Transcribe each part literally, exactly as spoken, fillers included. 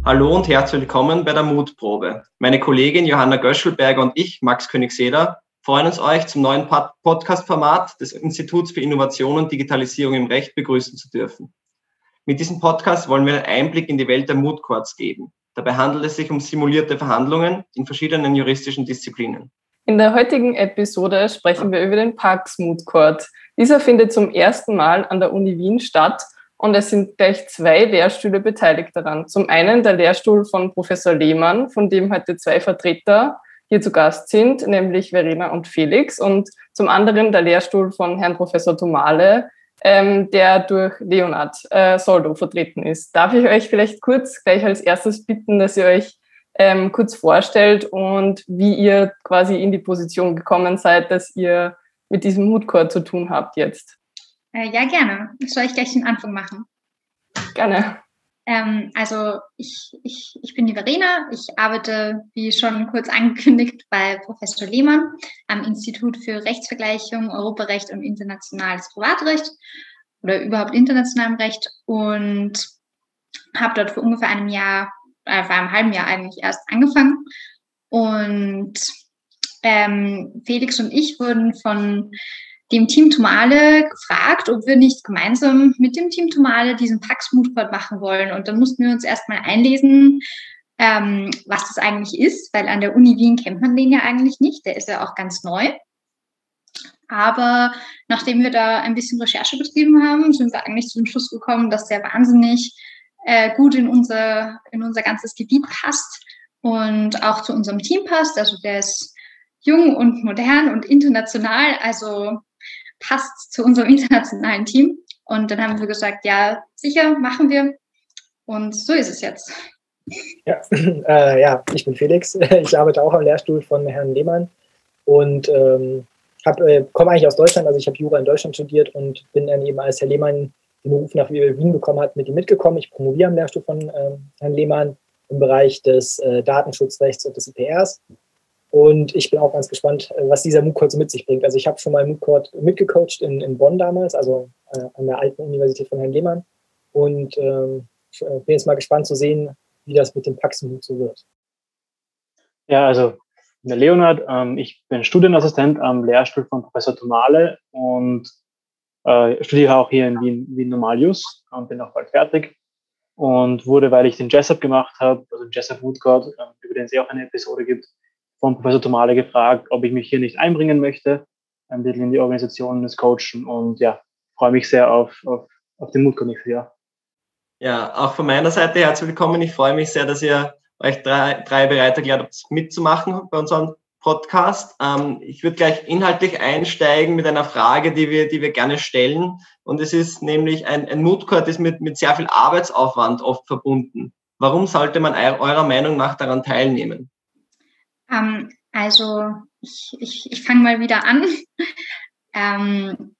Hallo und herzlich willkommen bei der Mutprobe. Meine Kollegin Johanna Göschelberger und ich, Max Königseder, freuen uns, euch zum neuen Podcast-Format des Instituts für Innovation und Digitalisierung im Recht begrüßen zu dürfen. Mit diesem Podcast wollen wir einen Einblick in die Welt der Moot Courts geben. Dabei handelt es sich um simulierte Verhandlungen in verschiedenen juristischen Disziplinen. In der heutigen Episode sprechen wir über den Pax Moot Court. Dieser findet zum ersten Mal an der Uni Wien statt und es sind gleich zwei Lehrstühle beteiligt daran. Zum einen der Lehrstuhl von Professor Lehmann, von dem heute zwei Vertreter hier zu Gast sind, nämlich Verena und Felix, und zum anderen der Lehrstuhl von Herrn Professor Thomale, ähm, der durch Leonhard äh, Soldo vertreten ist. Darf ich euch vielleicht kurz gleich als erstes bitten, dass ihr euch ähm, kurz vorstellt und wie ihr quasi in die Position gekommen seid, dass ihr mit diesem Moot Court zu tun habt jetzt? Äh, ja, gerne. Soll ich gleich den Anfang machen? Gerne. Ähm, also ich, ich, ich bin die Verena. Ich arbeite, wie schon kurz angekündigt, bei Professor Lehmann am Institut für Rechtsvergleichung, Europarecht und internationales Privatrecht oder überhaupt internationalem Recht und habe dort vor ungefähr einem Jahr, äh, vor einem halben Jahr eigentlich erst angefangen. Und ähm, Felix und ich wurden von dem Team Thomale gefragt, ob wir nicht gemeinsam mit dem Team Thomale diesen Pax Moot Court machen wollen. Und dann mussten wir uns erstmal einlesen, ähm, was das eigentlich ist, weil an der Uni Wien kennt man den ja eigentlich nicht. Der ist ja auch ganz neu. Aber nachdem wir da ein bisschen Recherche betrieben haben, sind wir eigentlich zu dem Schluss gekommen, dass der wahnsinnig äh, gut in unser, in unser ganzes Gebiet passt und auch zu unserem Team passt. Also der ist jung und modern und international, also passt zu unserem internationalen Team. Und dann haben wir gesagt, ja, sicher, machen wir. Und so ist es jetzt. Ja, äh, ja, ich bin Felix. Ich arbeite auch am Lehrstuhl von Herrn Lehmann und ähm, äh, komme eigentlich aus Deutschland. Also ich habe Jura in Deutschland studiert und bin dann eben, als Herr Lehmann den Beruf nach Wien bekommen hat, mit ihm mitgekommen. Ich promoviere am Lehrstuhl von äh, Herrn Lehmann im Bereich des äh, Datenschutzrechts und des I P Rs. Und ich bin auch ganz gespannt, was dieser Moot Court so mit sich bringt. Also ich habe schon mal Moot Court mitgecoacht in, in Bonn damals, also äh, an der alten Universität von Herrn Lehmann. Und ähm, bin jetzt mal gespannt zu sehen, wie das mit dem Pax Moot so wird. Ja, also der Leonhard, ähm, ich bin Studienassistent am Lehrstuhl von Professor Thomale und äh, studiere auch hier in Wien, Wien Normalius und bin auch bald fertig. Und wurde, weil ich den Jessup gemacht habe, also den Jessup Moot Court, äh, über den es ja auch eine Episode gibt, von Professor Thomale gefragt, ob ich mich hier nicht einbringen möchte, ein bisschen in die Organisation des Coachen, und ja, freue mich sehr auf, auf, auf den Moot Court nächstes Jahr. Ja, auch von meiner Seite herzlich willkommen. Ich freue mich sehr, dass ihr euch drei, drei bereit erklärt habt, mitzumachen bei unserem Podcast. Ähm, ich würde gleich inhaltlich einsteigen mit einer Frage, die wir, die wir gerne stellen. Und es ist nämlich, ein, ein Moot Court ist mit, mit sehr viel Arbeitsaufwand oft verbunden. Warum sollte man eurer Meinung nach daran teilnehmen? Ähm, also ich, ich, ich fange mal wieder an. ähm,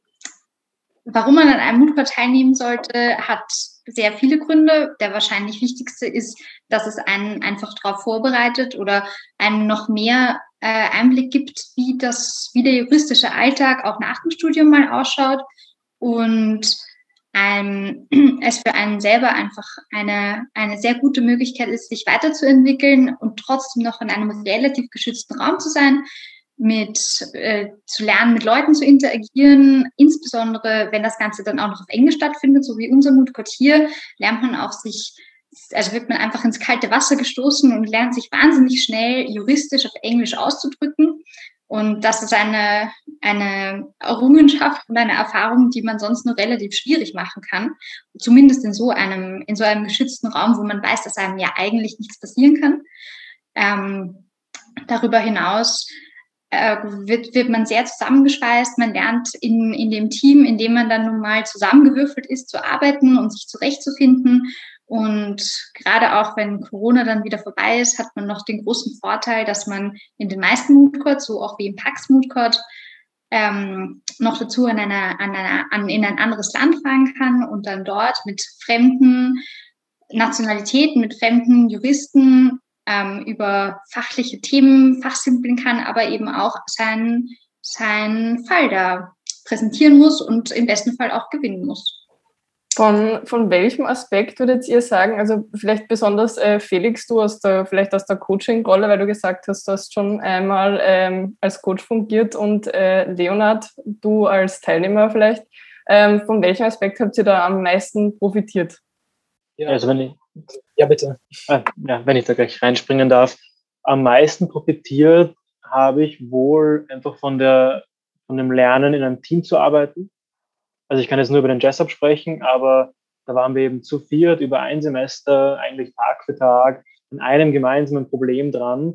warum man an einem Moot Court teilnehmen sollte, hat sehr viele Gründe. Der wahrscheinlich wichtigste ist, dass es einen einfach darauf vorbereitet oder einem noch mehr äh, Einblick gibt, wie das, wie der juristische Alltag auch nach dem Studium mal ausschaut und ähm, es für einen selber einfach eine, eine sehr gute Möglichkeit ist, sich weiterzuentwickeln und trotzdem noch in einem relativ geschützten Raum zu sein, mit äh, zu lernen, mit Leuten zu interagieren, insbesondere wenn das Ganze dann auch noch auf Englisch stattfindet, so wie unser Moot Court hier, lernt man auch sich, also wird man einfach ins kalte Wasser gestoßen und lernt sich wahnsinnig schnell juristisch auf Englisch auszudrücken. Und das ist eine, eine Errungenschaft und eine Erfahrung, die man sonst nur relativ schwierig machen kann. Zumindest in so einem, in so einem geschützten Raum, wo man weiß, dass einem ja eigentlich nichts passieren kann. Ähm, darüber hinaus äh, wird, wird man sehr zusammengeschweißt. Man lernt in, in dem Team, in dem man dann nun mal zusammengewürfelt ist, zu arbeiten und sich zurechtzufinden. Und gerade auch, wenn Corona dann wieder vorbei ist, hat man noch den großen Vorteil, dass man in den meisten Moot Courts, so auch wie im Pax Moot Court, ähm, noch dazu an einer, an einer, an, in ein anderes Land fahren kann und dann dort mit fremden Nationalitäten, mit fremden Juristen ähm, über fachliche Themen fachsimpeln kann, aber eben auch seinen, seinen Fall da präsentieren muss und im besten Fall auch gewinnen muss. Von, von welchem Aspekt würdet ihr sagen, also vielleicht besonders äh, Felix, du aus der, vielleicht aus der Coaching-Rolle, weil du gesagt hast, du hast schon einmal ähm, als Coach fungiert und äh, Leonhard, du als Teilnehmer vielleicht, ähm, von welchem Aspekt habt ihr da am meisten profitiert? Ja, also wenn ich, ja bitte. Äh, ja, wenn ich da gleich reinspringen darf, am meisten profitiert habe ich wohl einfach von der, von dem Lernen in einem Team zu arbeiten. Also ich kann jetzt nur über den Jessup sprechen, aber da waren wir eben zu viert über ein Semester, eigentlich Tag für Tag, in einem gemeinsamen Problem dran.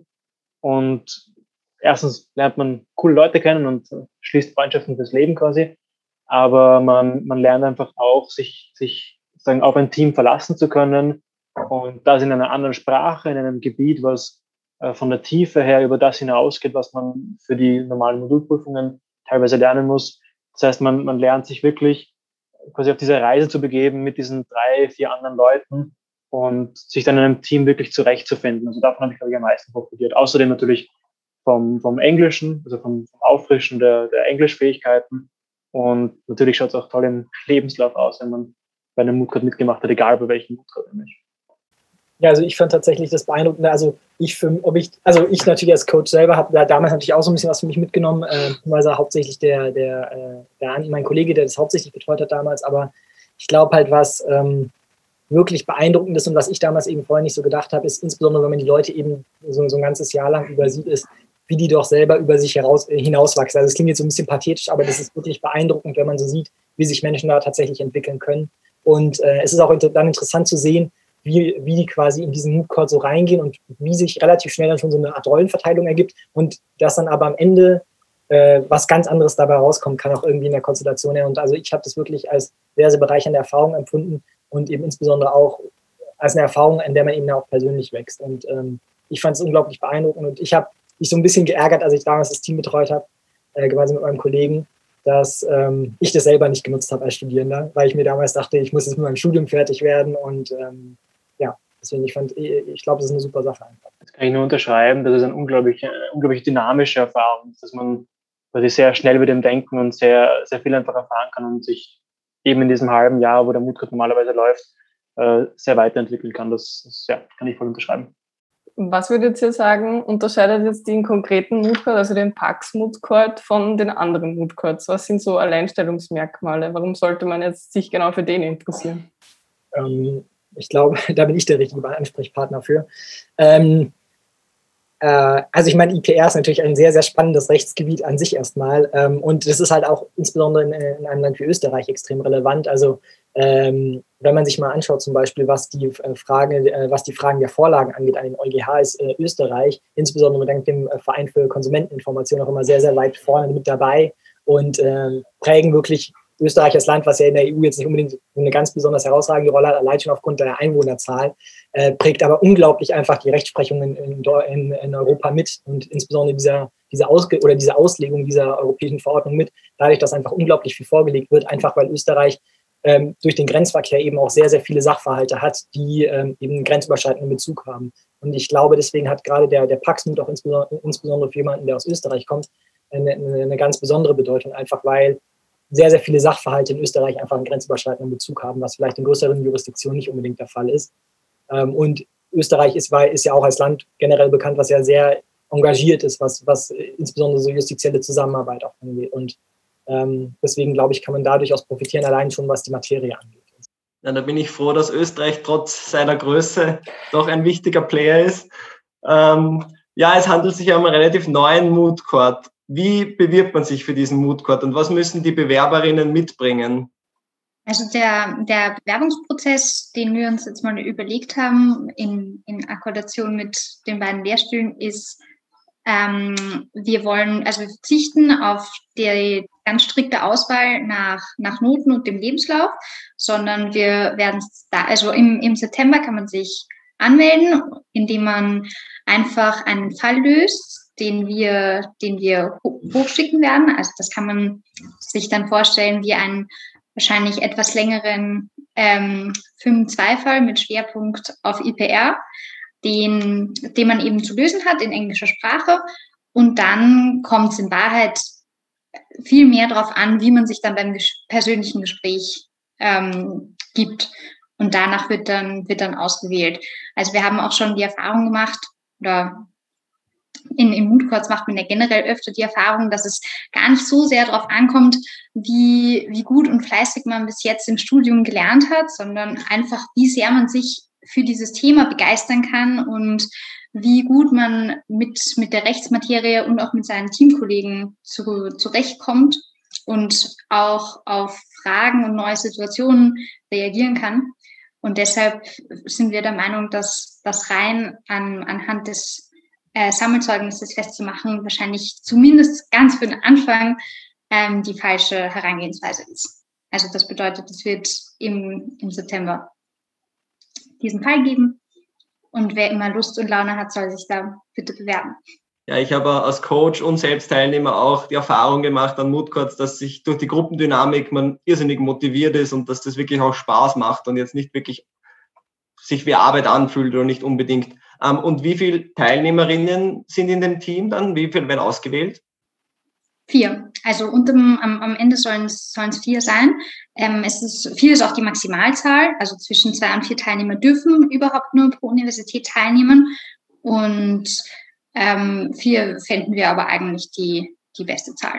Und erstens lernt man coole Leute kennen und schließt Freundschaften fürs Leben quasi. Aber man, man lernt einfach auch, sich, sich sozusagen auf ein Team verlassen zu können. Und das in einer anderen Sprache, in einem Gebiet, was äh, von der Tiefe her über das hinausgeht, was man für die normalen Modulprüfungen teilweise lernen muss. Das heißt, man, man lernt sich wirklich quasi auf diese Reise zu begeben mit diesen drei, vier anderen Leuten und sich dann in einem Team wirklich zurechtzufinden. Also davon habe ich, glaube ich, am meisten profitiert. Außerdem natürlich vom, vom Englischen, also vom, vom Auffrischen der, der Englischfähigkeiten. Und natürlich schaut es auch toll im Lebenslauf aus, wenn man bei einem Moodcourt mitgemacht hat, egal bei welchem Moodcourt nämlich. Ja, also ich fand tatsächlich das Beeindruckende, also ich für, ob ich, also ich natürlich als Coach selber habe da damals natürlich auch so ein bisschen was für mich mitgenommen, äh, weil hauptsächlich der, der, äh, der, mein Kollege, der das hauptsächlich betreut hat damals, aber ich glaube halt, was ähm, wirklich beeindruckend ist und was ich damals eben vorher nicht so gedacht habe, ist insbesondere, wenn man die Leute eben so, so ein ganzes Jahr lang übersieht, ist, wie die doch selber über sich heraus, äh, hinauswachsen. Also es klingt jetzt so ein bisschen pathetisch, aber das ist wirklich beeindruckend, wenn man so sieht, wie sich Menschen da tatsächlich entwickeln können. Und äh, es ist auch inter- dann interessant zu sehen, wie, wie die quasi in diesen Moodcourt so reingehen und wie sich relativ schnell dann schon so eine Art Rollenverteilung ergibt und dass dann aber am Ende äh, was ganz anderes dabei rauskommen kann, auch irgendwie in der Konstellation her. Und also ich habe das wirklich als sehr, sehr bereichernde Erfahrung empfunden und eben insbesondere auch als eine Erfahrung, in der man eben auch persönlich wächst. Und ähm, ich fand es unglaublich beeindruckend und ich habe mich so ein bisschen geärgert, als ich damals das Team betreut habe, äh, gemeinsam mit meinem Kollegen, dass ähm, ich das selber nicht genutzt habe als Studierender, weil ich mir damals dachte, ich muss jetzt mit meinem Studium fertig werden und ähm, ja, deswegen, ich fand, ich glaube, das ist eine super Sache einfach. Das kann ich nur unterschreiben, das ist eine unglaublich, unglaublich dynamische Erfahrung, dass man quasi sehr schnell mit dem denken und sehr, sehr viel einfach erfahren kann und sich eben in diesem halben Jahr, wo der Moodcourt normalerweise läuft, sehr weiterentwickeln kann. Das, das ja, kann ich voll unterschreiben. Was würdet ihr sagen, unterscheidet jetzt den konkreten Moodcourt, also den Pax Moodcourt, von den anderen Moodcourts? Was sind so Alleinstellungsmerkmale? Warum sollte man jetzt sich genau für den interessieren? Ähm, ich glaube, da bin ich der richtige Ansprechpartner für. Ähm, äh, also ich meine, I P R ist natürlich ein sehr, sehr spannendes Rechtsgebiet an sich erstmal. Ähm, und das ist halt auch insbesondere in, in einem Land wie Österreich extrem relevant. Also ähm, wenn man sich mal anschaut, zum Beispiel, was die, äh, Frage, äh, was die Fragen der Vorlagen angeht an den EuGH, ist äh, Österreich, insbesondere dank dem äh, Verein für Konsumenteninformation, auch immer sehr, sehr weit vorne mit dabei und äh, prägen wirklich Österreich als Land, was ja in der E U jetzt nicht unbedingt eine ganz besonders herausragende Rolle hat, allein schon aufgrund der Einwohnerzahl, äh, prägt aber unglaublich einfach die Rechtsprechung in, in, in Europa mit und insbesondere dieser, diese, Ausge- oder diese Auslegung dieser europäischen Verordnung mit, dadurch, dass einfach unglaublich viel vorgelegt wird, einfach weil Österreich ähm, durch den Grenzverkehr eben auch sehr, sehr viele Sachverhalte hat, die ähm, eben einen grenzüberschreitenden Bezug haben. Und ich glaube, deswegen hat gerade der, der Pax-Mood auch insbesondere, insbesondere für jemanden, der aus Österreich kommt, eine, eine ganz besondere Bedeutung, einfach weil sehr, sehr viele Sachverhalte in Österreich einfach einen grenzüberschreitenden Bezug haben, was vielleicht in größeren Jurisdiktionen nicht unbedingt der Fall ist. Und Österreich ist, ist ja auch als Land generell bekannt, was ja sehr engagiert ist, was, was insbesondere so justizielle Zusammenarbeit auch angeht. Und ähm, deswegen, glaube ich, kann man da durchaus profitieren, allein schon, was die Materie angeht. Ja, da bin ich froh, dass Österreich trotz seiner Größe doch ein wichtiger Player ist. Ähm, ja, es handelt sich ja um einen relativ neuen Moodcourt. Wie bewirbt man sich für diesen Moodcourt und was müssen die Bewerberinnen mitbringen? Also der, der Bewerbungsprozess, den wir uns jetzt mal überlegt haben, in, in Akkordation mit den beiden Lehrstühlen, ist, ähm, wir wollen, also wir verzichten auf die ganz strikte Auswahl nach, nach Noten und dem Lebenslauf, sondern wir werden da, also im, im September kann man sich anmelden, indem man einfach einen Fall löst, den wir, den wir hochschicken werden. Also das kann man sich dann vorstellen wie einen wahrscheinlich etwas längeren ähm, fünf zwei Fall mit Schwerpunkt auf I P R, den, den man eben zu lösen hat in englischer Sprache. Und dann kommt es in Wahrheit viel mehr darauf an, wie man sich dann beim ges- persönlichen Gespräch ähm, gibt. Und danach wird dann, wird dann ausgewählt. Also wir haben auch schon die Erfahrung gemacht, oder in, in Moot Courts macht man ja generell öfter die Erfahrung, dass es gar nicht so sehr darauf ankommt, wie, wie gut und fleißig man bis jetzt im Studium gelernt hat, sondern einfach, wie sehr man sich für dieses Thema begeistern kann und wie gut man mit, mit der Rechtsmaterie und auch mit seinen Teamkollegen zu, zurechtkommt und auch auf Fragen und neue Situationen reagieren kann. Und deshalb sind wir der Meinung, dass das rein an, anhand des äh, Sammelzeugnisses festzumachen wahrscheinlich zumindest ganz für den Anfang ähm, die falsche Herangehensweise ist. Also das bedeutet, es wird im, im September diesen Fall geben. Und wer immer Lust und Laune hat, soll sich da bitte bewerben. Ja, ich habe als Coach und selbst Teilnehmer auch die Erfahrung gemacht an Moot Courts, dass sich durch die Gruppendynamik man irrsinnig motiviert ist und dass das wirklich auch Spaß macht und jetzt nicht wirklich sich wie Arbeit anfühlt oder nicht unbedingt. Und wie viele Teilnehmerinnen sind in dem Team dann? Wie viele werden ausgewählt? Vier. Also unterm, am, am Ende sollen es vier sein. Ähm, es ist, vier ist auch die Maximalzahl. Also zwischen zwei und vier Teilnehmer dürfen überhaupt nur pro Universität teilnehmen. Und ähm, vier fänden wir aber eigentlich die, die beste Zahl.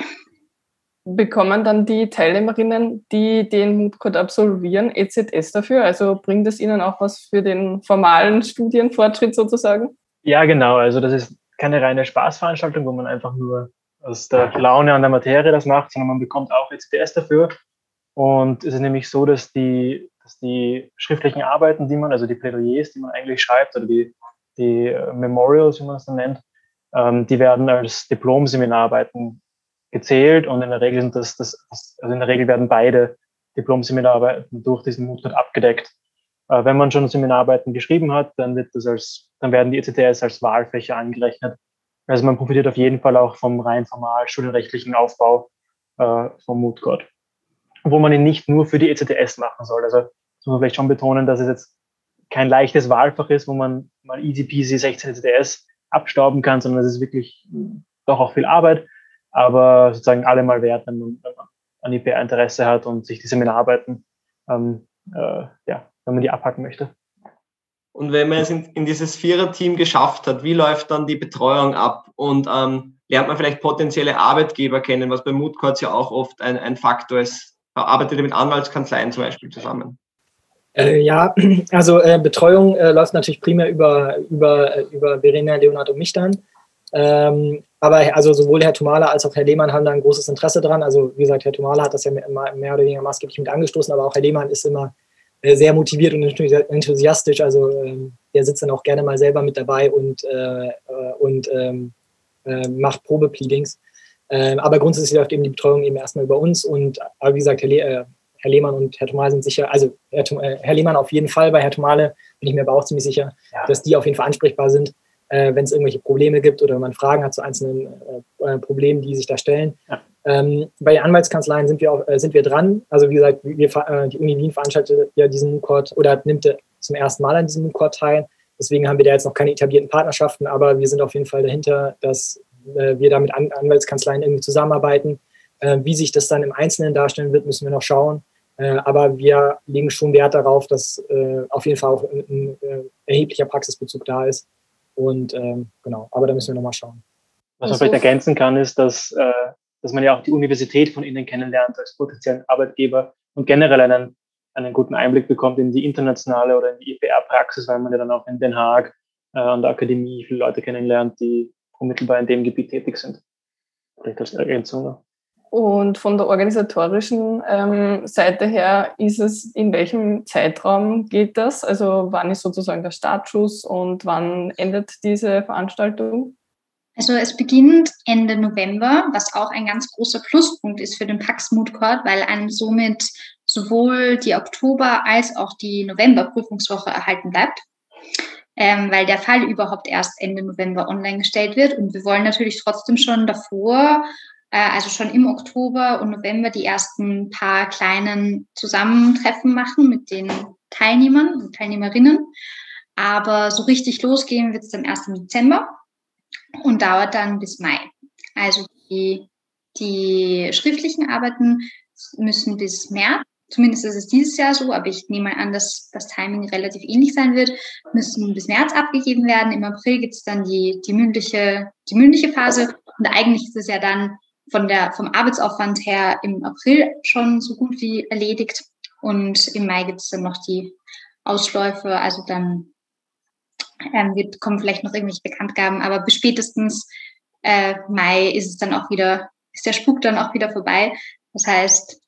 Bekommen dann die Teilnehmerinnen, die den Moot Court absolvieren, E Z S dafür? Also bringt es ihnen auch was für den formalen Studienfortschritt sozusagen? Ja, genau. Also das ist keine reine Spaßveranstaltung, wo man einfach nur aus der Laune an der Materie das macht, sondern man bekommt auch E Z S dafür. Und es ist nämlich so, dass die, dass die schriftlichen Arbeiten, die man, also die Plädoyers, die man eigentlich schreibt, oder die, die Memorials, wie man es dann nennt, ähm, die werden als Diplom-Seminararbeiten gezählt und in der Regel sind das, das, also in der Regel werden beide Diplom-Seminararbeiten durch diesen Moot Court abgedeckt. Äh, wenn man schon Seminararbeiten geschrieben hat, dann wird das als, dann werden die E Z S als Wahlfächer angerechnet. Also man profitiert auf jeden Fall auch vom rein formal studienrechtlichen Aufbau äh, vom Moot Court. Obwohl man ihn nicht nur für die E Z S machen soll. Also muss man vielleicht schon betonen, dass es jetzt kein leichtes Wahlfach ist, wo man mal easy peasy sechzehn E Z S abstauben kann, sondern es ist wirklich doch auch viel Arbeit, aber sozusagen allemal wert, wenn man, wenn man an I P R Interesse hat und sich die Seminararbeiten, ähm, äh, ja, wenn man die abhacken möchte. Und wenn man es in, in dieses Vierer-Team geschafft hat, wie läuft dann die Betreuung ab? Und ähm, lernt man vielleicht potenzielle Arbeitgeber kennen, was bei Moot Courts ja auch oft ein, ein Faktor ist. Arbeitet ihr mit Anwaltskanzleien zum Beispiel zusammen? Äh, ja, also äh, Betreuung äh, läuft natürlich primär über, über, über Verena, Leonhard und mich dann. Ähm, aber also sowohl Herr Thomala als auch Herr Lehmann haben da ein großes Interesse dran. Also wie gesagt, Herr Thomala hat das ja mehr, mehr oder weniger maßgeblich mit angestoßen, aber auch Herr Lehmann ist immer äh, sehr motiviert und enthusiastisch. Also ähm, der sitzt dann auch gerne mal selber mit dabei und, äh, und ähm, äh, macht Probepleadings. Ähm, aber grundsätzlich läuft eben die Betreuung eben erstmal über uns. Und aber wie gesagt, Herr, Le äh, Herr Lehmann und Herr Thomale sind sicher, also Herr, äh, Herr Lehmann auf jeden Fall, bei Herr Thomale bin ich mir aber auch ziemlich sicher, ja, dass die auf jeden Fall ansprechbar sind, äh, wenn es irgendwelche Probleme gibt oder man Fragen hat zu einzelnen äh, Problemen, die sich da stellen. Ja. Ähm, bei den Anwaltskanzleien sind wir, auch, äh, sind wir dran. Also wie gesagt, wir, äh, die Uni Wien veranstaltet ja diesen Moot Court oder nimmt zum ersten Mal an diesem Moot Court teil. Deswegen haben wir da jetzt noch keine etablierten Partnerschaften, aber wir sind auf jeden Fall dahinter, dass äh, wir da mit An Anwaltskanzleien irgendwie zusammenarbeiten. Äh, wie sich das dann im Einzelnen darstellen wird, müssen wir noch schauen. Äh, aber wir legen schon Wert darauf, dass äh, auf jeden Fall auch ein, ein, ein erheblicher Praxisbezug da ist. Und ähm, genau, aber da müssen wir nochmal schauen. Was man vielleicht ergänzen kann, ist, dass, äh, dass man ja auch die Universität von innen kennenlernt als potenziellen Arbeitgeber und generell einen, einen guten Einblick bekommt in die internationale oder in die I P R-Praxis, weil man ja dann auch in Den Haag äh, an der Akademie viele Leute kennenlernt, die unmittelbar in dem Gebiet tätig sind. Vielleicht als Ergänzung noch. Und von der organisatorischen ähm, Seite her ist es, in welchem Zeitraum geht das? Also wann ist sozusagen der Startschuss und wann endet diese Veranstaltung? Also es beginnt Ende November, was auch ein ganz großer Pluspunkt ist für den Pax Moot Court, weil einem somit sowohl die Oktober- als auch die November-Prüfungswoche erhalten bleibt, ähm, weil der Fall überhaupt erst Ende November online gestellt wird. Und wir wollen natürlich trotzdem schon davor, äh, also schon im Oktober und November, die ersten paar kleinen Zusammentreffen machen mit den Teilnehmern und Teilnehmerinnen. Aber so richtig losgehen wird es dann erst im Dezember. Und dauert dann bis Mai. Also die, die schriftlichen Arbeiten müssen bis März zumindest ist es dieses Jahr so, aber ich nehme mal an, dass das Timing relativ ähnlich sein wird, müssen bis März abgegeben werden. Im April gibt es dann die, die, mündliche, die mündliche Phase und eigentlich ist es ja dann von der, vom Arbeitsaufwand her im April schon so gut wie erledigt und im Mai gibt es dann noch die Ausläufe, also dann ähm, wird, kommen vielleicht noch irgendwelche Bekanntgaben, aber bis spätestens äh, Mai ist es dann auch wieder, ist der Spuk dann auch wieder vorbei. Das heißt,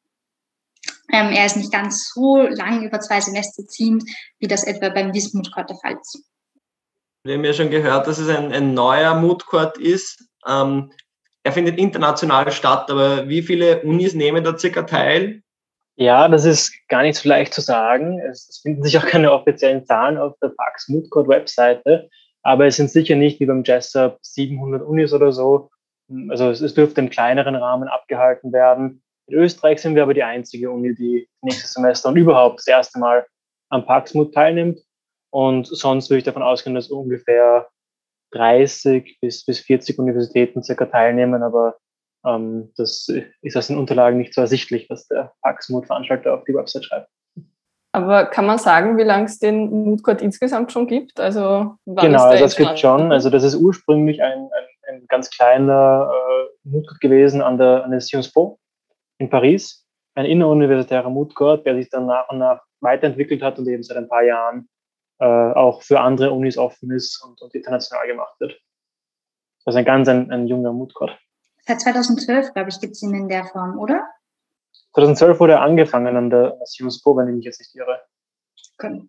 ähm, er ist nicht ganz so lang über zwei Semester ziehend, wie das etwa beim Wismut Court der Fall ist. Wir haben ja schon gehört, dass es ein, ein neuer Moot Court ist. Ähm, er findet international statt, aber wie viele Unis nehmen da circa teil? Ja, das ist gar nicht so leicht zu sagen. Es, es finden sich auch keine offiziellen Zahlen auf der Pax Moot Court Webseite, aber es sind sicher nicht wie beim Jessup siebenhundert Unis oder so. Also es, es dürfte im kleineren Rahmen abgehalten werden. In Österreich sind wir aber die einzige Uni, die nächstes Semester und überhaupt das erste Mal am Pax Moot teilnimmt. Und sonst würde ich davon ausgehen, dass ungefähr dreißig bis, bis vierzig Universitäten circa teilnehmen, aber ähm, das ist aus den Unterlagen nicht so ersichtlich, was der Pax Moot-Veranstalter auf die Website schreibt. Aber kann man sagen, wie lange es den Moot Court insgesamt schon gibt? Also wann genau, ist der also das gibt schon. Also das ist ursprünglich ein, ein, ein ganz kleiner äh, Moot Court gewesen an der, an der Sciences Po in Paris. Ein inneruniversitärer Moot Court, der sich dann nach und nach weiterentwickelt hat und eben seit ein paar Jahren äh, auch für andere Unis offen ist und, und international gemacht wird. Also ein ganz ein, ein junger Moot Court. Seit zweitausendzwölf, glaube ich, gibt es ihn in der Form, oder? zweitausendzwölf wurde er angefangen an der, an der Sciences Po, wenn ich mich jetzt nicht irre. Okay.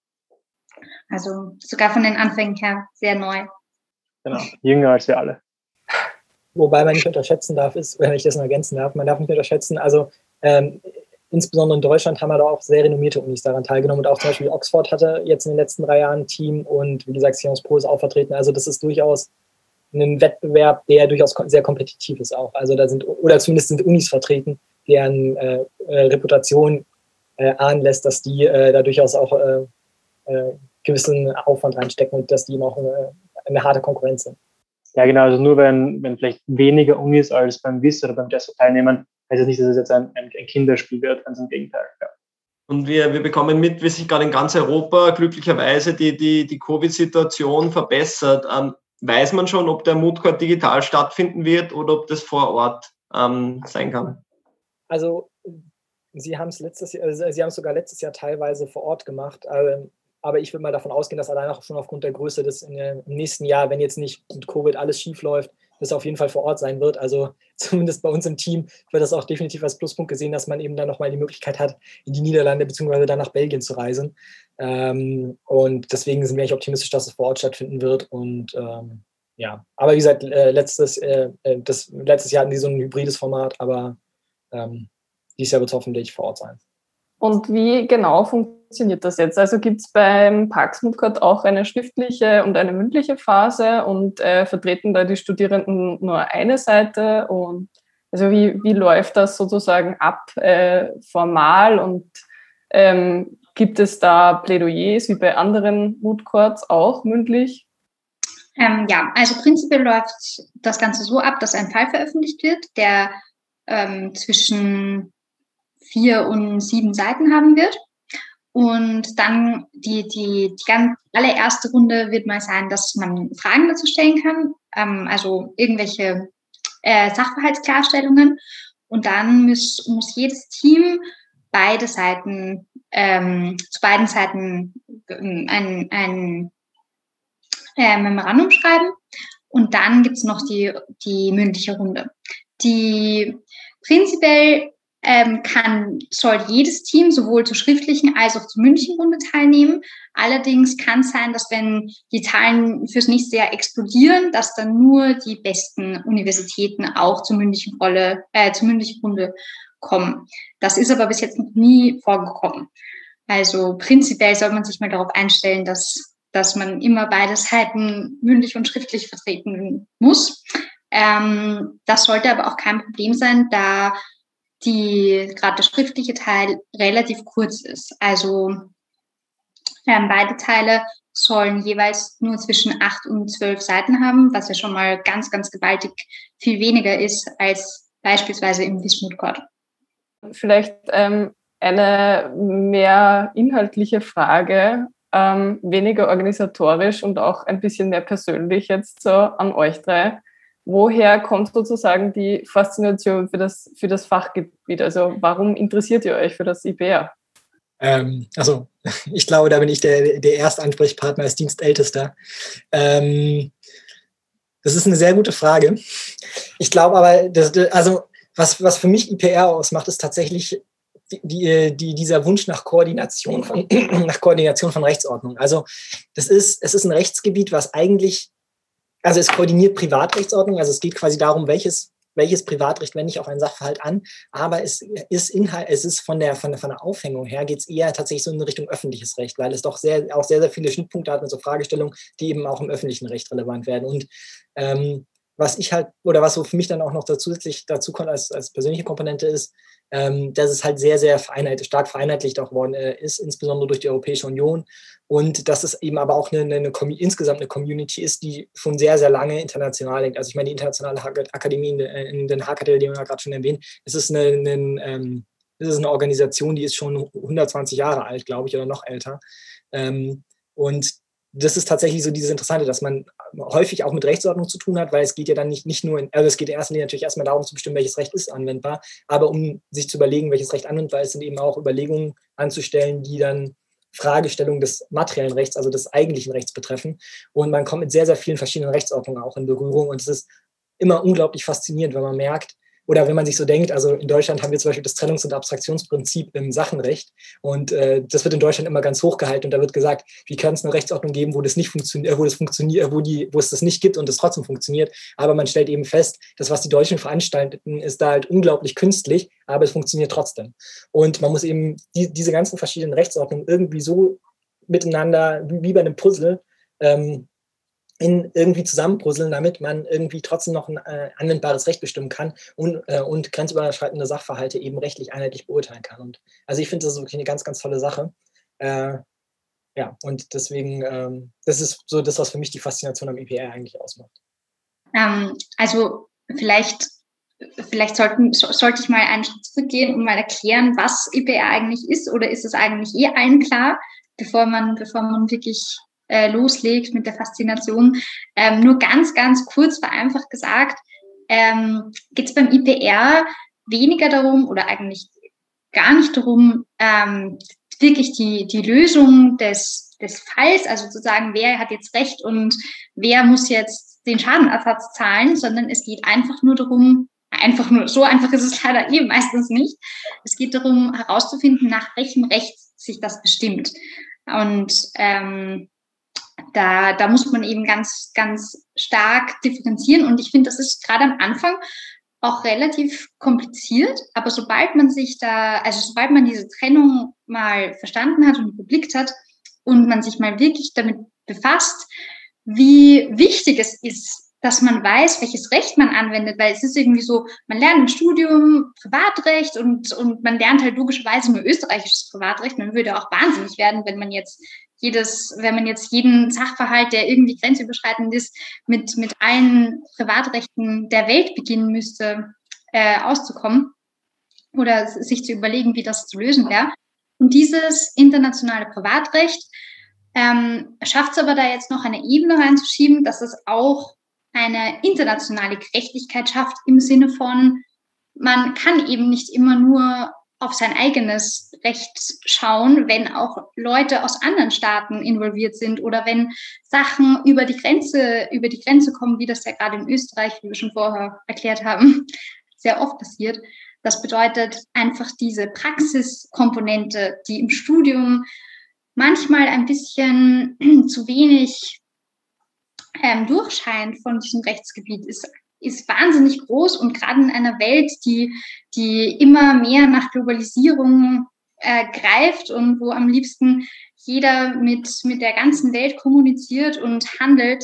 Also sogar von den Anfängen her sehr neu. Genau, jünger als wir alle. Wobei man nicht unterschätzen darf, ist, wenn ich das noch ergänzen darf, man darf nicht unterschätzen, also ähm, insbesondere in Deutschland haben wir da auch sehr renommierte Unis daran teilgenommen und auch zum Beispiel Oxford hatte jetzt in den letzten drei Jahren ein Team und wie gesagt, Sciences Po ist auch vertreten. Also das ist durchaus ein Wettbewerb, der durchaus sehr kompetitiv ist auch. Also da sind, oder zumindest sind Unis vertreten, deren äh, äh, Reputation äh, ahnen lässt, dass die äh, da durchaus auch äh, äh, gewissen Aufwand reinstecken und dass die eben auch eine, eine harte Konkurrenz sind. Ja, genau. Also nur wenn, wenn vielleicht weniger Unis als beim W I S oder beim Jessup teilnehmen, heißt das nicht, dass es jetzt ein, ein, ein Kinderspiel wird, ganz im Gegenteil. Ja. Und wir, wir bekommen mit, wie sich gerade in ganz Europa glücklicherweise die, die, die Covid-Situation verbessert. Ähm, weiß man schon, ob der Moot Court digital stattfinden wird oder ob das vor Ort ähm, sein kann? Also Sie haben es letztes Jahr, also Sie haben es sogar letztes Jahr teilweise vor Ort gemacht. Ähm, aber ich würde mal davon ausgehen, dass allein auch schon aufgrund der Größe des in, im nächsten Jahr, wenn jetzt nicht mit Covid alles schief läuft, das auf jeden Fall vor Ort sein wird. Also zumindest bei uns im Team wird das auch definitiv als Pluspunkt gesehen, dass man eben dann nochmal die Möglichkeit hat, in die Niederlande bzw. dann nach Belgien zu reisen. Ähm, und deswegen sind wir eigentlich optimistisch, dass es vor Ort stattfinden wird. Und ähm, ja, aber wie gesagt, äh, letztes, äh, das, letztes Jahr hatten die so ein hybrides Format, aber ähm, dieses Jahr wird es hoffentlich vor Ort sein. Und wie genau funktioniert das jetzt? Also gibt es beim Pax Moot Court auch eine schriftliche und eine mündliche Phase und äh, vertreten da die Studierenden nur eine Seite? Und also wie, wie läuft das sozusagen ab äh, formal und ähm, gibt es da Plädoyers wie bei anderen Moot Courts auch mündlich? Ähm, ja, also prinzipiell läuft das Ganze so ab, dass ein Fall veröffentlicht wird, der ähm, zwischen vier und sieben Seiten haben wird. Und dann die, die, die ganz allererste Runde wird mal sein, dass man Fragen dazu stellen kann, ähm, also irgendwelche äh, Sachverhaltsklarstellungen. Und dann muss, muss jedes Team beide Seiten, ähm, zu beiden Seiten ein, ein äh, Memorandum schreiben. Und dann gibt es noch die, die mündliche Runde. Die prinzipiell Ähm, kann, soll jedes Team sowohl zur schriftlichen als auch zur mündlichen Runde teilnehmen. Allerdings kann es sein, dass wenn die Zahlen fürs nächste Jahr explodieren, dass dann nur die besten Universitäten auch zur mündlichen Rolle, äh, zur mündlichen Runde kommen. Das ist aber bis jetzt noch nie vorgekommen. Also prinzipiell soll man sich mal darauf einstellen, dass, dass man immer beide Seiten mündlich und schriftlich vertreten muss. Ähm, das sollte aber auch kein Problem sein, da die gerade der schriftliche Teil relativ kurz ist. Also ähm, beide Teile sollen jeweils nur zwischen acht und zwölf Seiten haben, was ja schon mal ganz, ganz gewaltig viel weniger ist als beispielsweise im Wismut Court. Vielleicht ähm, eine mehr inhaltliche Frage, ähm, weniger organisatorisch und auch ein bisschen mehr persönlich jetzt so an euch drei. Woher kommt sozusagen die Faszination für das, für das Fachgebiet? Also warum interessiert ihr euch für das I P R? Ähm, also ich glaube, da bin ich der, der erste Ansprechpartner als Dienstältester. Ähm, das ist eine sehr gute Frage. Ich glaube aber, das, also was, was für mich I P R ausmacht, ist tatsächlich die, die, dieser Wunsch nach Koordination von, nach Koordination von Rechtsordnung. Also das ist, es ist ein Rechtsgebiet, was eigentlich, also es koordiniert Privatrechtsordnung, also es geht quasi darum, welches, welches Privatrecht wende ich auf einen Sachverhalt an, aber es ist Inhalt, es ist von der, von der, von der Aufhängung her geht es eher tatsächlich so in Richtung öffentliches Recht, weil es doch sehr, auch sehr, sehr viele Schnittpunkte hat mit so Fragestellungen, die eben auch im öffentlichen Recht relevant werden. Und ähm, was ich halt, oder was so für mich dann auch noch zusätzlich dazu kommt als, als persönliche Komponente ist, ähm, dass es halt sehr, sehr vereinheitlicht, stark vereinheitlicht auch worden äh, ist, insbesondere durch die Europäische Union. Und dass es eben aber auch eine, eine, eine insgesamt eine Community ist, die schon sehr, sehr lange international denkt. Also ich meine, die Internationale Akademie in, in Den Haag, die wir ja gerade schon erwähnt, es ist eine, eine, ähm, es ist eine Organisation, die ist schon hundertzwanzig Jahre alt, glaube ich, oder noch älter. Ähm, und das ist tatsächlich so dieses Interessante, dass man häufig auch mit Rechtsordnung zu tun hat, weil es geht ja dann nicht, nicht nur, in, also es geht in erster Linie natürlich erstmal darum zu bestimmen, welches Recht ist anwendbar, aber um sich zu überlegen, welches Recht anwendbar ist, sind eben auch Überlegungen anzustellen, die dann Fragestellungen des materiellen Rechts, also des eigentlichen Rechts betreffen. Und man kommt mit sehr, sehr vielen verschiedenen Rechtsordnungen auch in Berührung. Und es ist immer unglaublich faszinierend, wenn man merkt, oder wenn man sich so denkt, also in Deutschland haben wir zum Beispiel das Trennungs- und Abstraktionsprinzip im Sachenrecht und äh, das wird in Deutschland immer ganz hoch gehalten und da wird gesagt, wie kann es eine Rechtsordnung geben, wo das nicht funktioniert, wo das funktioniert, wo die, wo es das nicht gibt und das trotzdem funktioniert. Aber man stellt eben fest, dass was die Deutschen veranstalten, ist da halt unglaublich künstlich, aber es funktioniert trotzdem. Und man muss eben die, diese ganzen verschiedenen Rechtsordnungen irgendwie so miteinander, wie, wie bei einem Puzzle, ähm, in irgendwie zusammenpuzzeln, damit man irgendwie trotzdem noch ein äh, anwendbares Recht bestimmen kann und, äh, und grenzüberschreitende Sachverhalte eben rechtlich einheitlich beurteilen kann. Und also ich finde, das ist wirklich eine ganz, ganz tolle Sache. Äh, ja, und deswegen, ähm, das ist so das, was für mich die Faszination am I P R eigentlich ausmacht. Ähm, also vielleicht, vielleicht sollten, so, sollte ich mal einen Schritt zurückgehen und mal erklären, was I P R eigentlich ist, oder ist es eigentlich eh allen klar, bevor man, bevor man wirklich Äh, loslegt mit der Faszination. Ähm, nur ganz, ganz kurz vereinfacht gesagt, ähm, geht es beim I P R weniger darum oder eigentlich gar nicht darum, ähm, wirklich die, die Lösung des, des Falls, also zu sagen, wer hat jetzt Recht und wer muss jetzt den Schadenersatz zahlen, sondern es geht einfach nur darum, einfach nur, so einfach ist es leider eben meistens nicht. Es geht darum, herauszufinden, nach welchem Recht sich das bestimmt. Und ähm, Da, da muss man eben ganz, ganz stark differenzieren. Und ich finde, das ist gerade am Anfang auch relativ kompliziert. Aber sobald man sich da, also sobald man diese Trennung mal verstanden hat und geblickt hat und man sich mal wirklich damit befasst, wie wichtig es ist, dass man weiß, welches Recht man anwendet, weil es ist irgendwie so, man lernt im Studium Privatrecht und, und man lernt halt logischerweise nur österreichisches Privatrecht. Man würde auch wahnsinnig werden, wenn man jetzt jedes, wenn man jetzt jeden Sachverhalt, der irgendwie grenzüberschreitend ist, mit, mit allen Privatrechten der Welt beginnen müsste, äh, auszukommen oder sich zu überlegen, wie das zu lösen wäre. Und dieses internationale Privatrecht ähm, schafft es aber da jetzt noch eine Ebene reinzuschieben, dass es auch eine internationale Gerechtigkeit schafft im Sinne von, man kann eben nicht immer nur auf sein eigenes Recht schauen, wenn auch Leute aus anderen Staaten involviert sind oder wenn Sachen über die Grenze, über die Grenze kommen, wie das ja gerade in Österreich, wie wir schon vorher erklärt haben, sehr oft passiert. Das bedeutet einfach diese Praxiskomponente, die im Studium manchmal ein bisschen zu wenig ähm, durchscheint von diesem Rechtsgebiet, ist, ist wahnsinnig groß und gerade in einer Welt, die, die immer mehr nach Globalisierung äh, greift und wo am liebsten jeder mit, mit der ganzen Welt kommuniziert und handelt,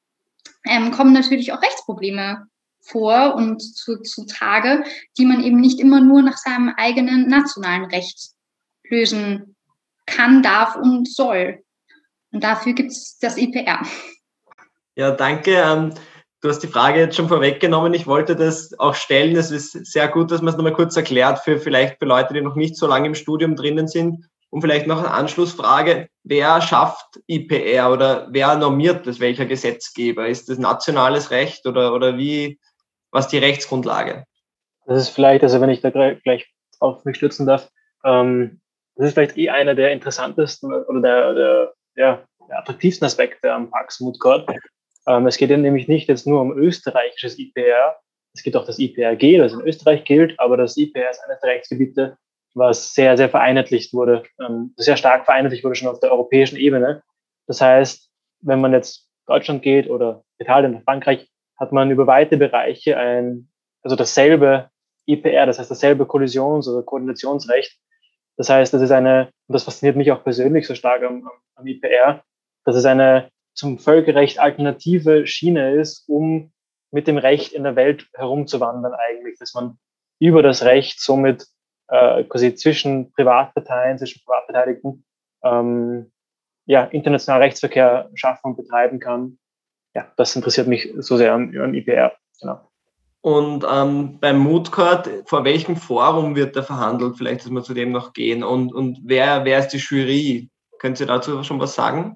ähm, kommen natürlich auch Rechtsprobleme vor und zu, zu Tage, die man eben nicht immer nur nach seinem eigenen nationalen Recht lösen kann, darf und soll. Und dafür gibt es das I P R. Ja, danke. du hast die Frage jetzt schon vorweggenommen. Ich wollte das auch stellen. Es ist sehr gut, dass man es nochmal kurz erklärt für vielleicht für Leute, die noch nicht so lange im Studium drinnen sind. Und vielleicht noch eine Anschlussfrage. Wer schafft I P R oder wer normiert das? Welcher Gesetzgeber? Ist das nationales Recht oder, oder wie, was ist die Rechtsgrundlage? Das ist vielleicht, also wenn ich da gleich auf mich stützen darf, ähm, das ist vielleicht eh einer der interessantesten oder der, der, ja, der attraktivsten Aspekte am Pax Moot Court. Ähm, es geht ja nämlich nicht jetzt nur um österreichisches I P R, es gibt auch das I P R G, das in Österreich gilt, aber das I P R ist eines der Rechtsgebiete, was sehr, sehr vereinheitlicht wurde, ähm, sehr stark vereinheitlicht wurde schon auf der europäischen Ebene. Das heißt, wenn man jetzt Deutschland geht oder Italien oder Frankreich, hat man über weite Bereiche ein, also dasselbe I P R, das heißt dasselbe Kollisions- oder Koordinationsrecht. Das heißt, das ist eine, und das fasziniert mich auch persönlich so stark am, am I P R, dass es eine zum Völkerrecht alternative Schiene ist, um mit dem Recht in der Welt herumzuwandern eigentlich, dass man über das Recht somit äh, quasi zwischen Privatparteien, zwischen Privatbeteiligten ähm, ja, internationalen Rechtsverkehr schaffen und betreiben kann. Ja, das interessiert mich so sehr an, an I P R. Genau. Und ähm, beim Moot Court, vor welchem Forum wird da verhandelt? Vielleicht, dass wir zu dem noch gehen. Und, und wer, wer ist die Jury? Können Sie dazu schon was sagen?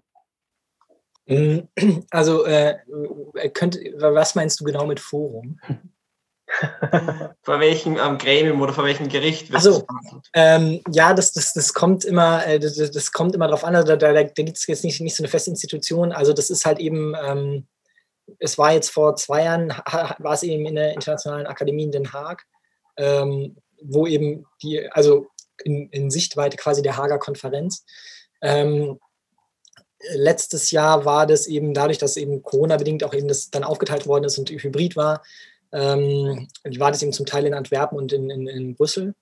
Also, äh, könnt, was meinst du genau mit Forum? Vor welchem ähm, Gremium oder vor welchem Gericht wird also, das verhandelt? Ähm, ja, das, das, das kommt immer, äh, das, das kommt immer drauf an. Also, da da, da gibt es jetzt nicht, nicht so eine feste Institution. Also das ist halt eben, ähm, es war jetzt vor zwei Jahren, war es eben in der Internationalen Akademie in Den Haag, ähm, wo eben die, also in, in Sichtweite quasi der Haager Konferenz. Ähm, letztes Jahr war das eben dadurch, dass eben Corona-bedingt auch eben das dann aufgeteilt worden ist und hybrid war, ähm, war das eben zum Teil in Antwerpen und in, in, in Brüssel.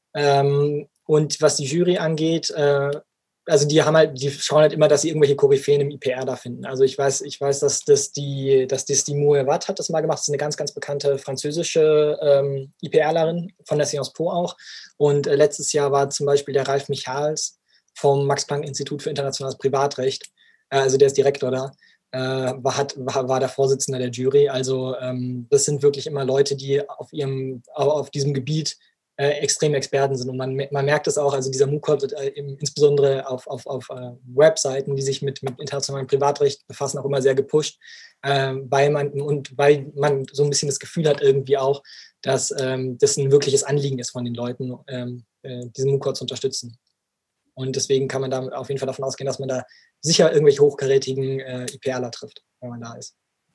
Ähm, und was die Jury angeht, äh, also die haben halt, die schauen halt immer, dass sie irgendwelche Koryphäen im I P R da finden. Also ich weiß, ich weiß, dass das die, dass das die Moe Watt hat das mal gemacht. Das ist eine ganz, ganz bekannte französische ähm, IPRlerin von der Sciences Po auch. Und äh, letztes Jahr war zum Beispiel der Ralf Michals vom Max-Planck-Institut für internationales Privatrecht, äh, also der ist Direktor da, äh, war, hat, war, war der Vorsitzende der Jury. Also ähm, das sind wirklich immer Leute, die auf ihrem, auf diesem Gebiet Äh, extrem Experten sind. Und man, man merkt es auch, also dieser Moot Court wird äh, insbesondere auf, auf, auf äh, Webseiten, die sich mit, mit internationalem Privatrecht befassen, auch immer sehr gepusht, äh, weil man und weil man so ein bisschen das Gefühl hat irgendwie auch, dass ähm, das ein wirkliches Anliegen ist von den Leuten, ähm, äh, diesen Moot Court zu unterstützen. Und deswegen kann man da auf jeden Fall davon ausgehen, dass man da sicher irgendwelche hochkarätigen äh, IPRler trifft, wenn man da ist.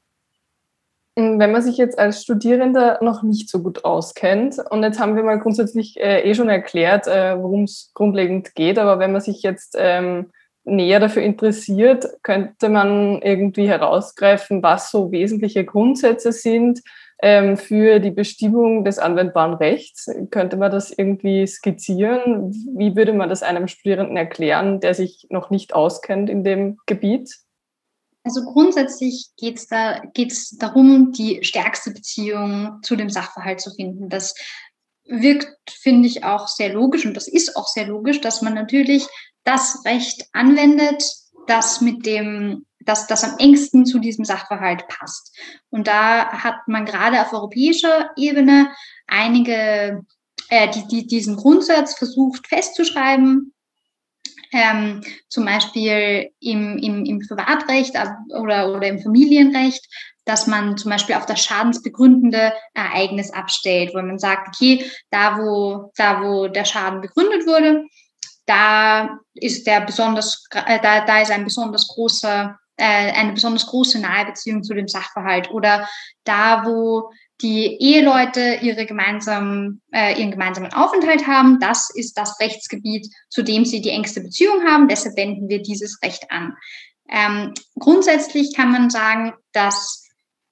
Wenn man sich jetzt als Studierender noch nicht so gut auskennt, und jetzt haben wir mal grundsätzlich äh, eh schon erklärt, äh, worum es grundlegend geht, aber wenn man sich jetzt ähm, näher dafür interessiert, könnte man irgendwie herausgreifen, was so wesentliche Grundsätze sind ähm, für die Bestimmung des anwendbaren Rechts. Könnte man das irgendwie skizzieren? Wie würde man das einem Studierenden erklären, der sich noch nicht auskennt in dem Gebiet? Also grundsätzlich geht es da, geht's darum, die stärkste Beziehung zu dem Sachverhalt zu finden. Das wirkt, finde ich, auch sehr logisch und das ist auch sehr logisch, dass man natürlich das Recht anwendet, das mit dem, das, das am engsten zu diesem Sachverhalt passt. Und da hat man gerade auf europäischer Ebene einige, äh, die, die diesen Grundsatz versucht festzuschreiben. Ähm, zum Beispiel im, im, im Privatrecht oder, oder im Familienrecht, dass man zum Beispiel auf das schadensbegründende Ereignis abstellt, wo man sagt, okay, da wo, da wo der Schaden begründet wurde, da ist der besonders, äh, da, da ist ein besonders großer, äh, eine besonders große Nahebeziehung zu dem Sachverhalt, oder da wo die Eheleute ihre gemeinsamen, äh, ihren gemeinsamen Aufenthalt haben, das ist das Rechtsgebiet, zu dem sie die engste Beziehung haben, deshalb wenden wir dieses Recht an. Ähm, grundsätzlich kann man sagen, dass,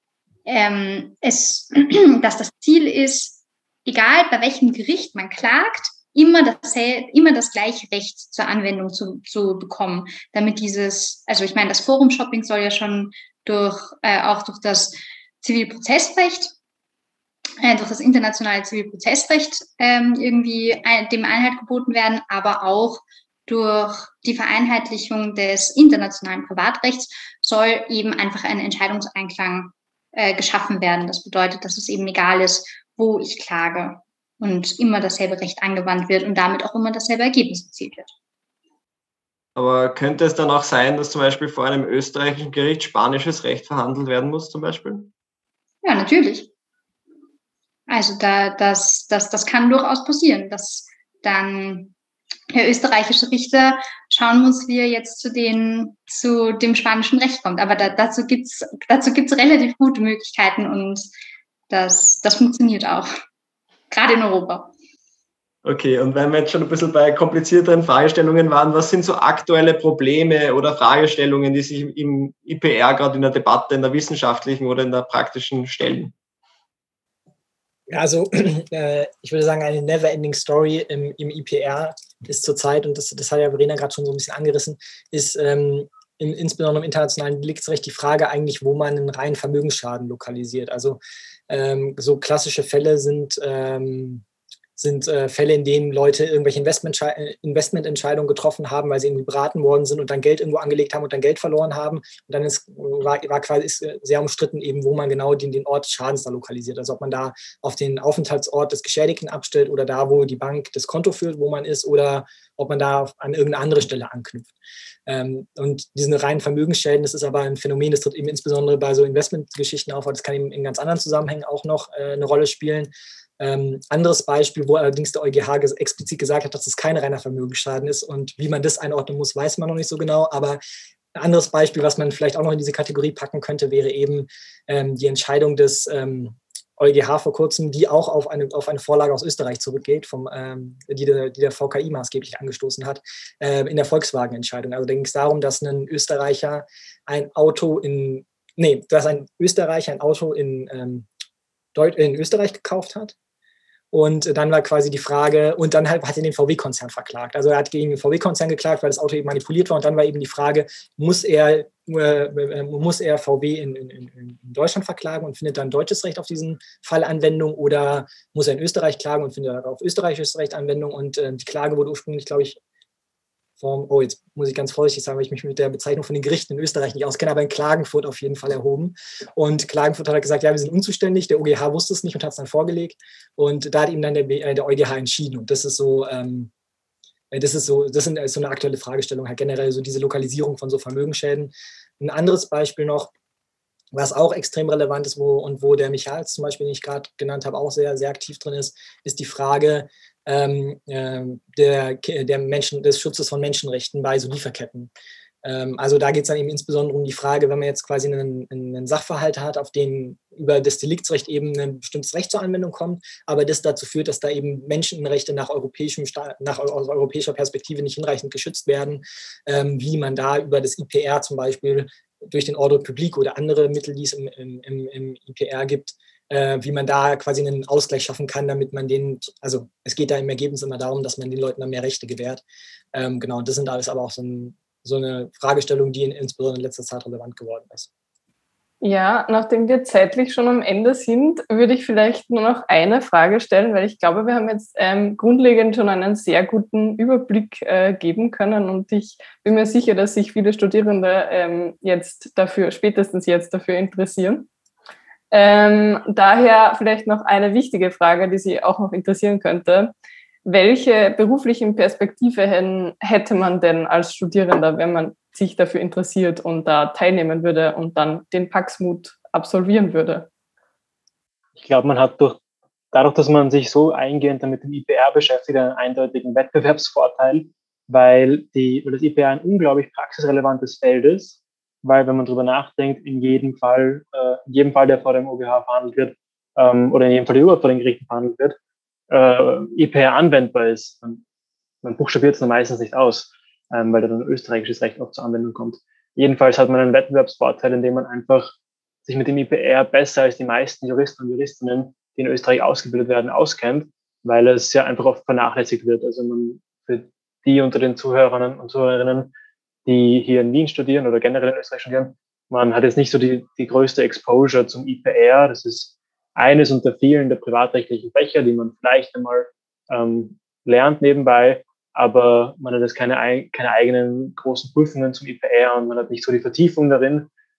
ähm, es, dass das Ziel ist, egal bei welchem Gericht man klagt, immer das, immer das gleiche Recht zur Anwendung zu, zu bekommen, damit dieses, also ich meine, das Forum-Shopping soll ja schon durch, äh, auch durch das Zivilprozessrecht durch das internationale Zivilprozessrecht ähm, irgendwie ein, dem Einhalt geboten werden, aber auch durch die Vereinheitlichung des internationalen Privatrechts soll eben einfach ein Entscheidungseinklang äh, geschaffen werden. Das bedeutet, dass es eben egal ist, wo ich klage und immer dasselbe Recht angewandt wird und damit auch immer dasselbe Ergebnis erzielt wird. Aber könnte es dann auch sein, dass zum Beispiel vor einem österreichischen Gericht spanisches Recht verhandelt werden muss, zum Beispiel? Ja, natürlich. Also da, das, das, das kann durchaus passieren, dass dann der österreichische Richter schauen muss, wie er jetzt zu, den, zu dem spanischen Recht kommt. Aber da, dazu gibt es dazu gibt's relativ gute Möglichkeiten und das, das funktioniert auch, gerade in Europa. Okay, und wenn wir jetzt schon ein bisschen bei komplizierteren Fragestellungen waren, was sind so aktuelle Probleme oder Fragestellungen, die sich im I P R gerade in der Debatte, in der wissenschaftlichen oder in der praktischen stellen? Ja, also äh, ich würde sagen, eine never-ending Story im, im I P R ist zurzeit, und das, das hat ja Verena gerade schon so ein bisschen angerissen, ist ähm, in, insbesondere im internationalen Deliktsrecht die Frage eigentlich, wo man einen reinen Vermögensschaden lokalisiert. Also ähm, so klassische Fälle sind... Ähm, sind äh, Fälle, in denen Leute irgendwelche Investmententscheidungen getroffen haben, weil sie irgendwie beraten worden sind und dann Geld irgendwo angelegt haben und dann Geld verloren haben. Und dann ist, war, war quasi ist sehr umstritten, eben, wo man genau den, den Ort des Schadens da lokalisiert. Also ob man da auf den Aufenthaltsort des Geschädigten abstellt oder da, wo die Bank das Konto führt, wo man ist, oder ob man da an irgendeine andere Stelle anknüpft. Ähm, und diese reinen Vermögensschäden, das ist aber ein Phänomen, das tritt eben insbesondere bei so Investmentgeschichten auf, aber das kann eben in ganz anderen Zusammenhängen auch noch äh, eine Rolle spielen. Ähm, anderes Beispiel, wo allerdings der EuGH ges- explizit gesagt hat, dass es kein reiner Vermögensschaden ist, und wie man das einordnen muss, weiß man noch nicht so genau, aber ein anderes Beispiel, was man vielleicht auch noch in diese Kategorie packen könnte, wäre eben ähm, die Entscheidung des ähm, EuGH vor kurzem, die auch auf eine, auf eine Vorlage aus Österreich zurückgeht, vom, ähm, die, der, die der V K I maßgeblich angestoßen hat, äh, in der Volkswagen-Entscheidung. Also da ging es darum, dass ein Österreicher ein Auto in, nee, dass ein Österreicher ein Auto in, ähm, Deut- in Österreich gekauft hat. Und dann war quasi die Frage, und dann halt hat er den V W-Konzern verklagt. Also er hat gegen den V W-Konzern geklagt, weil das Auto eben manipuliert war. Und dann war eben die Frage, muss er, äh, muss er V W in, in, in Deutschland verklagen und findet dann deutsches Recht auf diesen Fall Anwendung, oder muss er in Österreich klagen und findet auf österreichisches Recht Anwendung? Und äh, die Klage wurde ursprünglich, glaube ich, vom, oh, jetzt muss ich ganz vorsichtig sagen, weil ich mich mit der Bezeichnung von den Gerichten in Österreich nicht auskenne, aber in Klagenfurt auf jeden Fall erhoben. Und Klagenfurt hat gesagt, ja, wir sind unzuständig, der EuGH wusste es nicht und hat es dann vorgelegt. Und da hat ihm dann der, der EuGH entschieden. Und das ist so, ähm, das ist so, das ist so eine aktuelle Fragestellung, halt generell so diese Lokalisierung von so Vermögensschäden. Ein anderes Beispiel noch, was auch extrem relevant ist, wo, und wo der Michael zum Beispiel, den ich gerade genannt habe, auch sehr, sehr aktiv drin ist, ist die Frage ähm, äh, der, der Menschen, des Schutzes von Menschenrechten bei so Lieferketten. Ähm, also da geht es dann eben insbesondere um die Frage, wenn man jetzt quasi einen, einen Sachverhalt hat, auf den über das Deliktsrecht eben ein bestimmtes Recht zur Anwendung kommt, aber das dazu führt, dass da eben Menschenrechte nach, europäischem, nach aus europäischer Perspektive nicht hinreichend geschützt werden, ähm, wie man da über das I P R zum Beispiel durch den Ordre public oder andere Mittel, die es im, im, im I P R gibt, äh, wie man da quasi einen Ausgleich schaffen kann, damit man den, also es geht da im Ergebnis immer darum, dass man den Leuten dann mehr Rechte gewährt. Ähm, genau, und das sind alles aber auch so, ein, so eine Fragestellung, die in, insbesondere in letzter Zeit relevant geworden ist. Ja, nachdem wir zeitlich schon am Ende sind, würde ich vielleicht nur noch eine Frage stellen, weil ich glaube, wir haben jetzt ähm, grundlegend schon einen sehr guten Überblick äh, geben können, und ich bin mir sicher, dass sich viele Studierende ähm, jetzt dafür, spätestens jetzt dafür interessieren. Ähm, daher vielleicht noch eine wichtige Frage, die Sie auch noch interessieren könnte. Welche beruflichen Perspektive hätte man denn als Studierender, wenn man sich dafür interessiert und da teilnehmen würde und dann den Paxmut absolvieren würde? Ich glaube, man hat durch, dadurch, dass man sich so eingehend mit dem I P R beschäftigt, einen eindeutigen Wettbewerbsvorteil, weil, die, weil das I P R ein unglaublich praxisrelevantes Feld ist, weil, wenn man darüber nachdenkt, in jedem Fall, äh, in jedem Fall, der vor dem EuGH verhandelt wird, ähm, oder in jedem Fall, der überhaupt vor den Gerichten verhandelt wird, äh, I P R anwendbar ist. Man, man buchstabiert es dann meistens nicht aus, ähm, weil da dann österreichisches Recht auch zur Anwendung kommt. Jedenfalls hat man einen Wettbewerbsvorteil, indem man einfach sich mit dem I P R besser als die meisten Juristen und Juristinnen, die in Österreich ausgebildet werden, auskennt, weil es ja einfach oft vernachlässigt wird. Also man, für die unter den Zuhörern und Zuhörerinnen, die hier in Wien studieren oder generell in Österreich studieren, man hat jetzt nicht so die, die größte Exposure zum I P R. Das ist eines unter vielen der privatrechtlichen Fächer, die man vielleicht einmal ähm, lernt nebenbei, aber man hat jetzt keine, keine eigenen großen Prüfungen zum I P R und man hat nicht so die Vertiefung darin.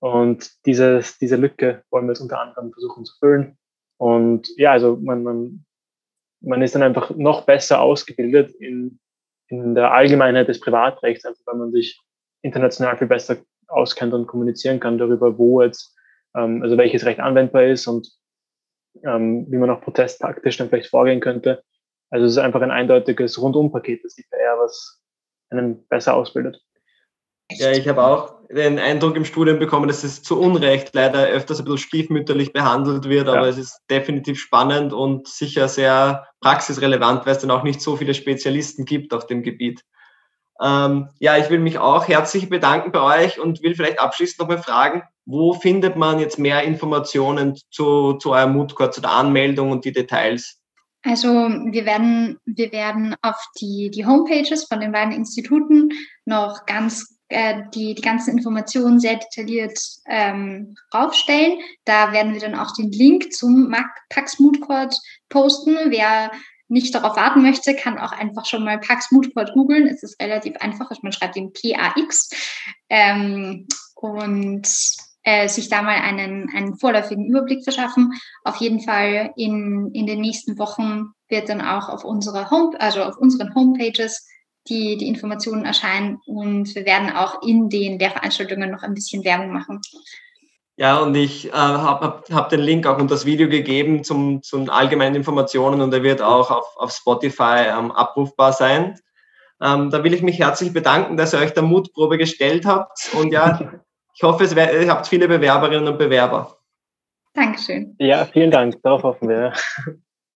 Und dieses, diese Lücke wollen wir jetzt unter anderem versuchen zu füllen. Und ja, also man, man, man ist dann einfach noch besser ausgebildet in, in der Allgemeinheit des Privatrechts, einfach weil man sich international viel besser auskennt und kommunizieren kann darüber, wo jetzt, ähm, also welches Recht anwendbar ist und ähm, wie man auch protesttaktisch dann vielleicht vorgehen könnte. Also es ist einfach ein eindeutiges Rundumpaket, das I P R, was einen besser ausbildet. Ja, ich habe auch den Eindruck im Studium bekommen, dass es zu Unrecht leider öfters ein bisschen stiefmütterlich behandelt wird, aber ja. Es ist definitiv spannend und sicher sehr praxisrelevant, weil es dann auch nicht so viele Spezialisten gibt auf dem Gebiet. Ähm, ja, ich will mich auch herzlich bedanken bei euch und will vielleicht abschließend noch mal fragen, wo findet man jetzt mehr Informationen zu, zu eurem Moot Court, zu der Anmeldung und die Details? Also wir werden, wir werden auf die, die Homepages von den beiden Instituten noch ganz äh, die, die ganzen Informationen sehr detailliert ähm, draufstellen. Da werden wir dann auch den Link zum Pax Moot Court posten. Wer nicht darauf warten möchte, kann auch einfach schon mal Pax Moot Court googeln. Es ist relativ einfach, man schreibt den P A X ähm, und äh, sich da mal einen, einen vorläufigen Überblick verschaffen. Auf jeden Fall in, in den nächsten Wochen wird dann auch auf unserer Home, also auf unseren Homepages die, die Informationen erscheinen und wir werden auch in den Lehrveranstaltungen noch ein bisschen Werbung machen. Ja, und ich äh, habe hab, hab den Link auch unter das Video gegeben zum, zum allgemeinen Informationen und er wird auch auf, auf Spotify ähm, abrufbar sein. Ähm, da will ich mich herzlich bedanken, dass ihr euch der Mutprobe gestellt habt und ja, ich hoffe, es wär, ihr habt viele Bewerberinnen und Bewerber. Dankeschön. Ja, vielen Dank, darauf hoffen wir.